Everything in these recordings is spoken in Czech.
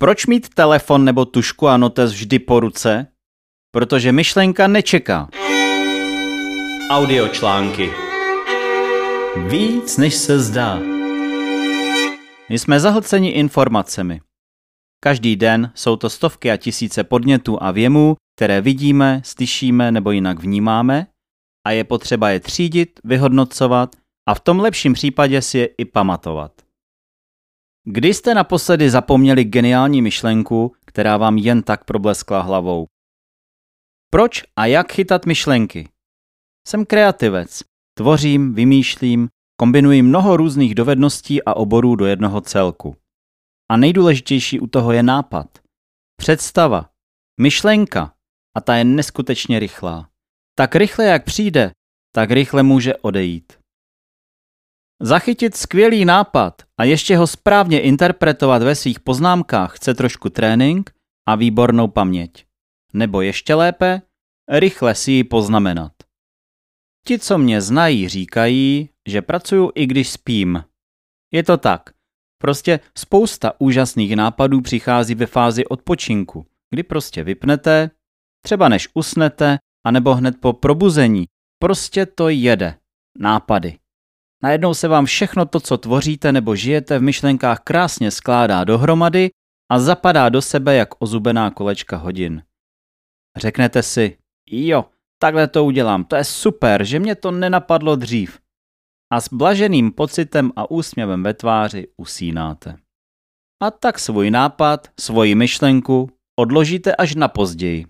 Proč mít telefon nebo tužku a notes vždy po ruce? Protože myšlenka nečeká. Audiočlánky. Víc, než se zdá. My jsme zahlceni informacemi. Každý den jsou to stovky a tisíce podnětů a věmů, které vidíme, slyšíme nebo jinak vnímáme a je potřeba je třídit, vyhodnocovat a v tom lepším případě si je i pamatovat. Kdy jste naposledy zapomněli geniální myšlenku, která vám jen tak probleskla hlavou? Proč a jak chytat myšlenky? Jsem kreativec. Tvořím, vymýšlím, kombinuji mnoho různých dovedností a oborů do jednoho celku. A nejdůležitější u toho je nápad. Představa. Myšlenka. A ta je neskutečně rychlá. Tak rychle, jak přijde, tak rychle může odejít. Zachytit skvělý nápad a ještě ho správně interpretovat ve svých poznámkách chce trošku trénink a výbornou paměť. Nebo ještě lépe, rychle si ji poznamenat. Ti, co mě znají, říkají, že pracuju i když spím. Je to tak. Prostě spousta úžasných nápadů přichází ve fázi odpočinku, kdy prostě vypnete, třeba než usnete, anebo hned po probuzení. Prostě to jede. Nápady. Najednou se vám všechno to, co tvoříte nebo žijete v myšlenkách krásně skládá dohromady a zapadá do sebe jak ozubená kolečka hodin. Řeknete si, jo, takhle to udělám, to je super, že mě to nenapadlo dřív. A s blaženým pocitem a úsměvem ve tváři usínáte. A tak svůj nápad, svoji myšlenku odložíte až na později.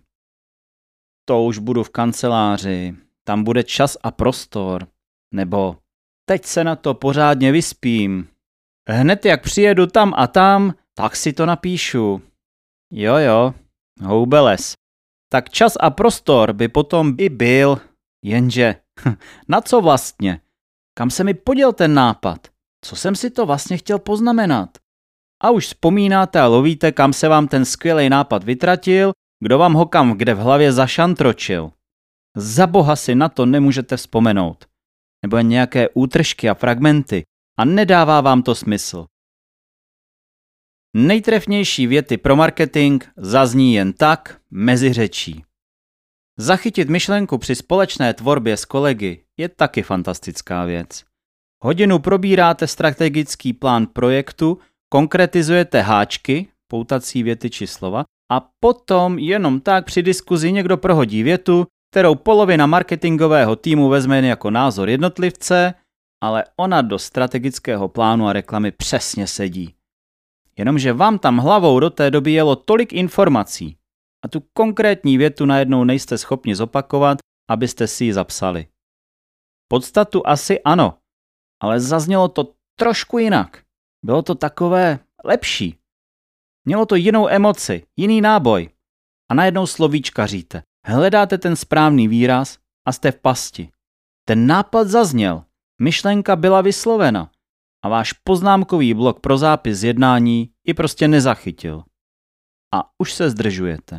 To už budu v kanceláři, tam bude čas a prostor, nebo teď se na to pořádně vyspím. Hned jak přijedu tam a tam, tak si to napíšu. Jo, houbeles. Tak čas a prostor by potom i byl, jenže na co vlastně? Kam se mi poděl ten nápad? Co jsem si to vlastně chtěl poznamenat? A už vzpomínáte a lovíte, kam se vám ten skvělý nápad vytratil, kdo vám ho kam kde v hlavě zašantročil. Za boha si na to nemůžete vzpomenout. Nebo jen nějaké útržky a fragmenty a nedává vám to smysl. Nejtrefnější věty pro marketing zazní jen tak mezi řečí. Zachytit myšlenku při společné tvorbě s kolegy je taky fantastická věc. Hodinu probíráte strategický plán projektu, konkretizujete háčky, poutací věty či slova a potom jenom tak při diskuzi někdo prohodí větu, kterou polovina marketingového týmu vezme jen jako názor jednotlivce, ale ona do strategického plánu a reklamy přesně sedí. Jenomže vám tam hlavou do té doby jelo tolik informací a tu konkrétní větu najednou nejste schopni zopakovat, abyste si ji zapsali. Podstatu asi ano, ale zaznělo to trošku jinak. Bylo to takové lepší. Mělo to jinou emoci, jiný náboj. A najednou slovíčkaříte. Hledáte ten správný výraz a jste v pasti. Ten nápad zazněl, myšlenka byla vyslovena a váš poznámkový blok pro zápis jednání ji prostě nezachytil. A už se zdržujete.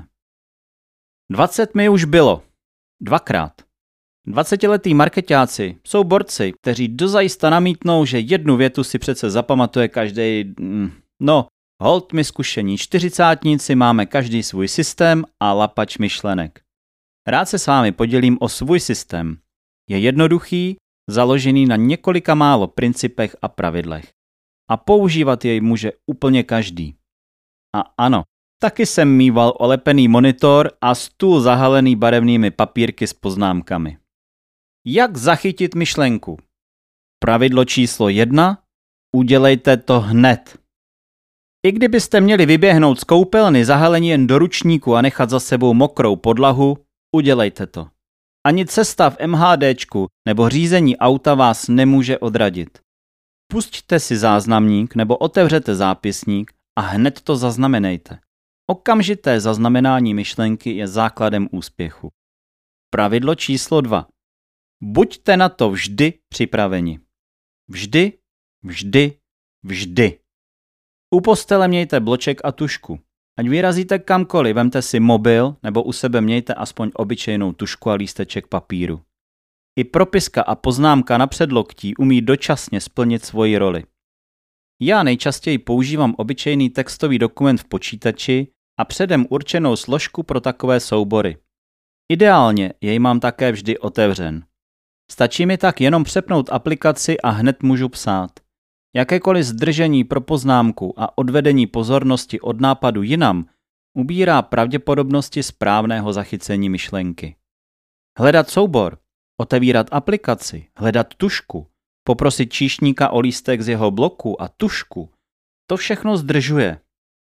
20 mi už bylo. 2krát. 20letí markeťáci jsou borci, kteří dozajista namítnou, že jednu větu si přece zapamatuje každý. Holt mi zkušení 40tníci máme každý svůj systém a lapač myšlenek. Rád se s vámi podělím o svůj systém. Je jednoduchý, založený na několika málo principech a pravidlech. A používat jej může úplně každý. A ano, taky jsem mýval olepený monitor a stůl zahalený barevnými papírky s poznámkami. Jak zachytit myšlenku? Pravidlo číslo 1. Udělejte to hned. I kdybyste měli vyběhnout z koupelny zahalení jen do ručníku a nechat za sebou mokrou podlahu, udělejte to. Ani cesta v MHDčku nebo řízení auta vás nemůže odradit. Pusťte si záznamník nebo otevřete zápisník a hned to zaznamenejte. Okamžité zaznamenání myšlenky je základem úspěchu. Pravidlo číslo 2. Buďte na to vždy připraveni. Vždy, vždy, vždy. U postele mějte bloček a tužku. Ať vyrazíte kamkoliv, vemte si mobil nebo u sebe mějte aspoň obyčejnou tužku a lísteček papíru. I propiska a poznámka na předloktí umí dočasně splnit svoji roli. Já nejčastěji používám obyčejný textový dokument v počítači a předem určenou složku pro takové soubory. Ideálně jej mám také vždy otevřen. Stačí mi tak jenom přepnout aplikaci a hned můžu psát. Jakékoliv zdržení pro poznámku a odvedení pozornosti od nápadu jinam ubírá pravděpodobnosti správného zachycení myšlenky. Hledat soubor, otevírat aplikaci, hledat tužku, poprosit číšníka o lístek z jeho bloku a tužku, to všechno zdržuje.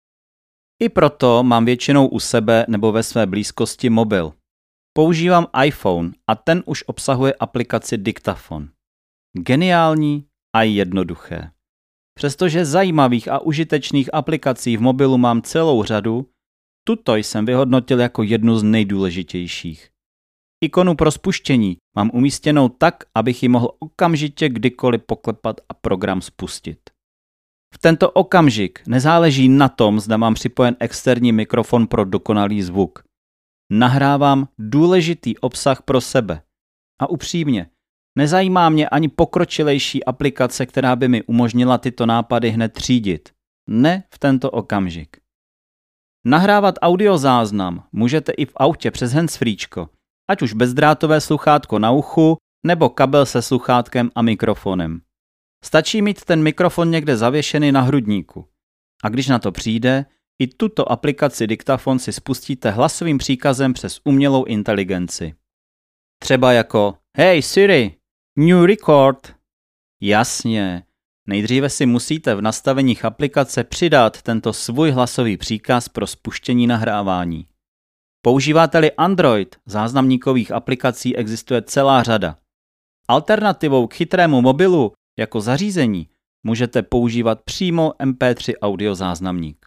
I proto mám většinou u sebe nebo ve své blízkosti mobil. Používám iPhone a ten už obsahuje aplikaci Diktafon. Geniální a jednoduché. Přestože zajímavých a užitečných aplikací v mobilu mám celou řadu, tuto jsem vyhodnotil jako jednu z nejdůležitějších. Ikonu pro spuštění mám umístěnou tak, abych ji mohl okamžitě kdykoliv poklepat a program spustit. V tento okamžik nezáleží na tom, zda mám připojen externí mikrofon pro dokonalý zvuk. Nahrávám důležitý obsah pro sebe. A upřímně, nezajímá mě ani pokročilejší aplikace, která by mi umožnila tyto nápady hned třídit. Ne v tento okamžik. Nahrávat audiozáznam můžete i v autě přes handsfreečko, ať už bezdrátové sluchátko na uchu, nebo kabel se sluchátkem a mikrofonem. Stačí mít ten mikrofon někde zavěšený na hrudníku. A když na to přijde, i tuto aplikaci Diktafon si spustíte hlasovým příkazem přes umělou inteligenci. Třeba jako Hey Siri, new record. Jasně, nejdříve si musíte v nastaveních aplikace přidat tento svůj hlasový příkaz pro spuštění nahrávání. Používáte-li Android, záznamníkových aplikací existuje celá řada. Alternativou k chytrému mobilu jako zařízení můžete používat přímo MP3 audiozáznamník.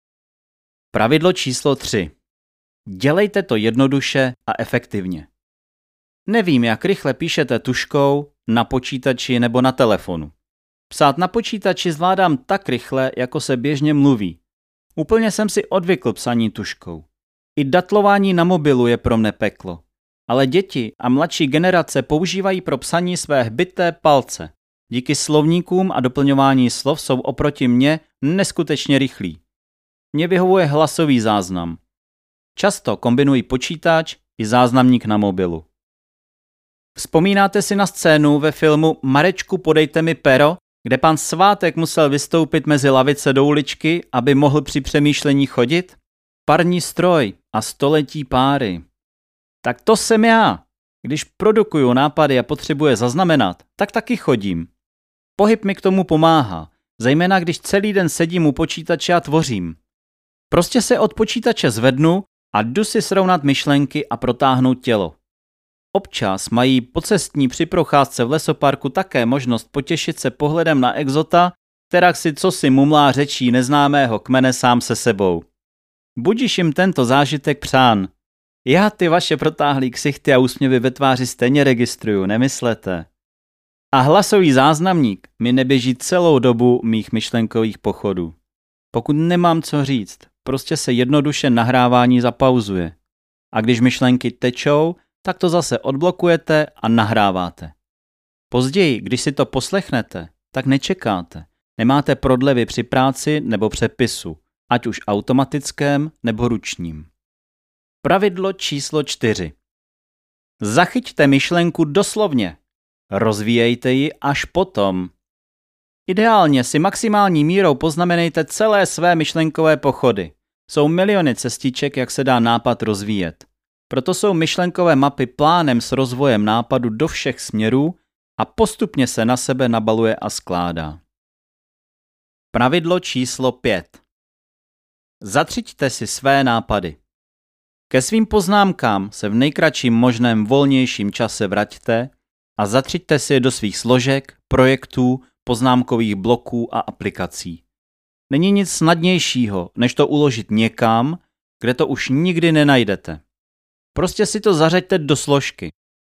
Pravidlo číslo 3. Dělejte to jednoduše a efektivně. Nevím, jak rychle píšete tužkou, na počítači nebo na telefonu. Psát na počítači zvládám tak rychle, jako se běžně mluví. Úplně jsem si odvykl psaní tužkou. I datlování na mobilu je pro mne peklo. Ale děti a mladší generace používají pro psaní své hbité palce. Díky slovníkům a doplňování slov jsou oproti mně neskutečně rychlí. Mně vyhovuje hlasový záznam. Často kombinuji počítač i záznamník na mobilu. Vzpomínáte si na scénu ve filmu Marečku, podejte mi pero, kde pan Svátek musel vystoupit mezi lavice do uličky, aby mohl při přemýšlení chodit? Parní stroj a století páry. Tak to jsem já. Když produkuju nápady a potřebuje zaznamenat, tak taky chodím. Pohyb mi k tomu pomáhá, zejména když celý den sedím u počítače a tvořím. Prostě se od počítače zvednu a jdu si srovnat myšlenky a protáhnout tělo. Občas mají pocestní při procházce v lesoparku také možnost potěšit se pohledem na exota, která si cosi mumlá řečí neznámého kmene sám se sebou. Budiž jim tento zážitek přán. Já ty vaše protáhlý ksichty a úsměvy ve tváři stejně registruju, nemyslete? A hlasový záznamník mi neběží celou dobu mých myšlenkových pochodů. Pokud nemám co říct, prostě se jednoduše nahrávání zapauzuje. A když myšlenky tečou, tak to zase odblokujete a nahráváte. Později, když si to poslechnete, tak nečekáte. Nemáte prodlevy při práci nebo přepisu, ať už automatickém nebo ručním. Pravidlo číslo 4. Zachyťte myšlenku doslovně. Rozvíjejte ji až potom. Ideálně si maximální mírou poznamenejte celé své myšlenkové pochody. Jsou miliony cestiček, jak se dá nápad rozvíjet. Proto jsou myšlenkové mapy plánem s rozvojem nápadu do všech směrů a postupně se na sebe nabaluje a skládá. Pravidlo číslo 5. Zatřiďte si své nápady. Ke svým poznámkám se v nejkratším možném volnějším čase vraťte a zatřiďte si je do svých složek, projektů, poznámkových bloků a aplikací. Není nic snadnějšího, než to uložit někam, kde to už nikdy nenajdete. Prostě si to zařaďte do složky.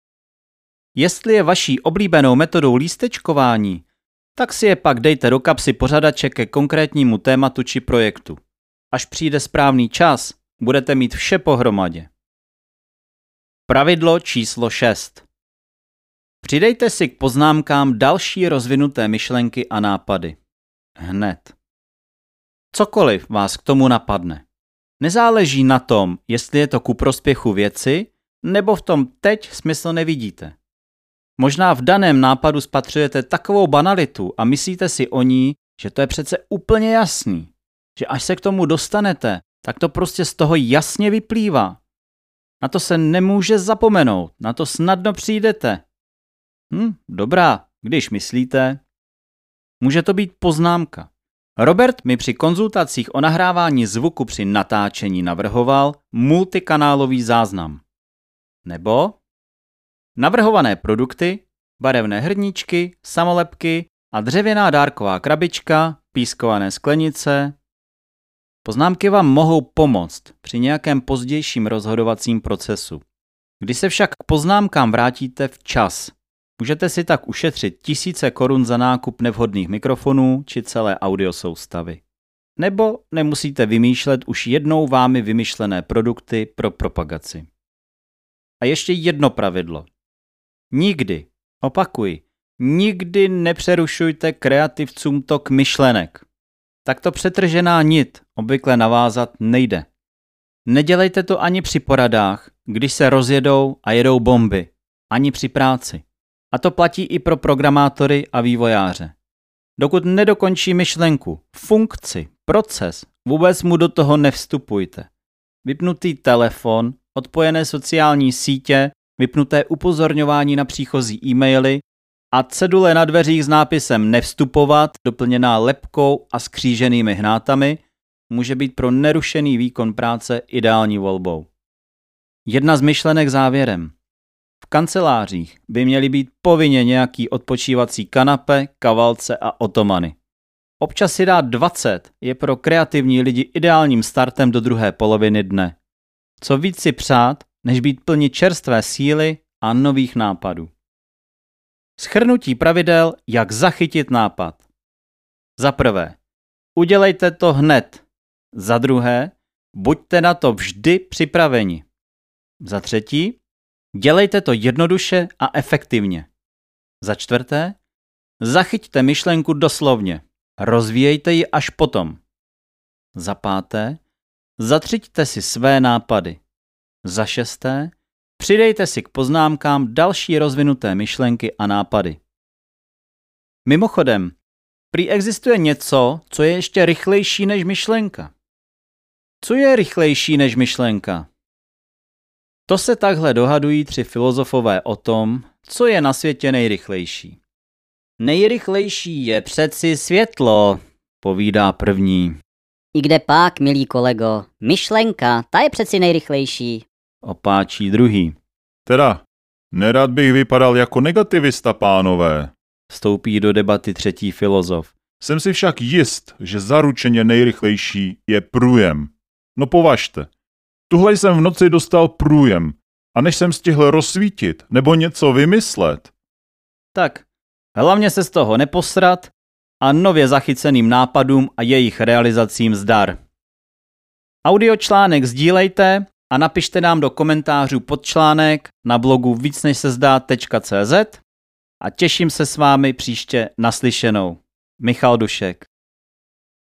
Jestli je vaší oblíbenou metodou lístečkování, tak si je pak dejte do kapsy pořadače ke konkrétnímu tématu či projektu. Až přijde správný čas, budete mít vše pohromadě. Pravidlo číslo 6. Přidejte si k poznámkám další rozvinuté myšlenky a nápady. hned. Cokoliv vás k tomu napadne. Nezáleží na tom, jestli je to ku prospěchu věci, nebo v tom teď smysl nevidíte. Možná v daném nápadu spatřujete takovou banalitu a myslíte si o ní, že to je přece úplně jasný. Že až se k tomu dostanete, tak to prostě z toho jasně vyplývá. Na to se nemůže zapomenout, na to snadno přijdete. Dobrá, když myslíte. Může to být poznámka. Robert mi při konzultacích o nahrávání zvuku při natáčení navrhoval multikanálový záznam. Nebo navrhované produkty, barevné hrníčky, samolepky a dřevěná dárková krabička, pískované sklenice. Poznámky vám mohou pomoct při nějakém pozdějším rozhodovacím procesu. Když se však k poznámkám vrátíte včas, můžete si tak ušetřit tisíce korun za nákup nevhodných mikrofonů či celé audiosoustavy. Nebo nemusíte vymýšlet už jednou vámi vymyšlené produkty pro propagaci. A ještě jedno pravidlo. Nikdy, opakuji, nikdy nepřerušujte kreativcům tok myšlenek. Takto přetržená nit obvykle navázat nejde. Nedělejte to ani při poradách, když se rozjedou a jedou bomby, ani při práci. A to platí i pro programátory a vývojáře. Dokud nedokončí myšlenku, funkci, proces, vůbec mu do toho nevstupujte. Vypnutý telefon, odpojené sociální sítě, vypnuté upozorňování na příchozí e-maily a cedule na dveřích s nápisem nevstupovat, doplněná lebkou a skříženými hnátami, může být pro nerušený výkon práce ideální volbou. Jedna z myšlenek závěrem. V kancelářích by měly být povinně nějaký odpočívací kanape, kavalce a otomany. Občas si dát 20 je pro kreativní lidi ideálním startem do druhé poloviny dne. Co víc si přát, než být plni čerstvé síly a nových nápadů. Shrnutí pravidel, jak zachytit nápad. Za prvé, udělejte to hned. Za druhé, buďte na to vždy připraveni. Za třetí, dělejte to jednoduše a efektivně. Za čtvrté, zachyťte myšlenku doslovně. Rozvíjejte ji až potom. Za páté, zatřiďte si své nápady. Za šesté, přidejte si k poznámkám další rozvinuté myšlenky a nápady. Mimochodem, prý existuje něco, co je ještě rychlejší než myšlenka. Co je rychlejší než myšlenka? To se takhle dohadují 3 filozofové o tom, co je na světě nejrychlejší. Nejrychlejší je přeci světlo, povídá první. I kde pak, milý kolego, myšlenka, ta je přeci nejrychlejší. Opáčí druhý. Teda, nerad bych vypadal jako negativista, pánové. Vstoupí do debaty třetí filozof. Jsem si však jist, že zaručeně nejrychlejší je průjem. No považte, tuhle jsem v noci dostal průjem a než jsem stihl rozsvítit nebo něco vymyslet. Tak, hlavně se z toho neposrat a nově zachyceným nápadům a jejich realizacím zdar. Audiočlánek sdílejte a napište nám do komentářů pod článek na blogu vícnežsezdá.cz a těším se s vámi příště naslyšenou. Michal Dušek.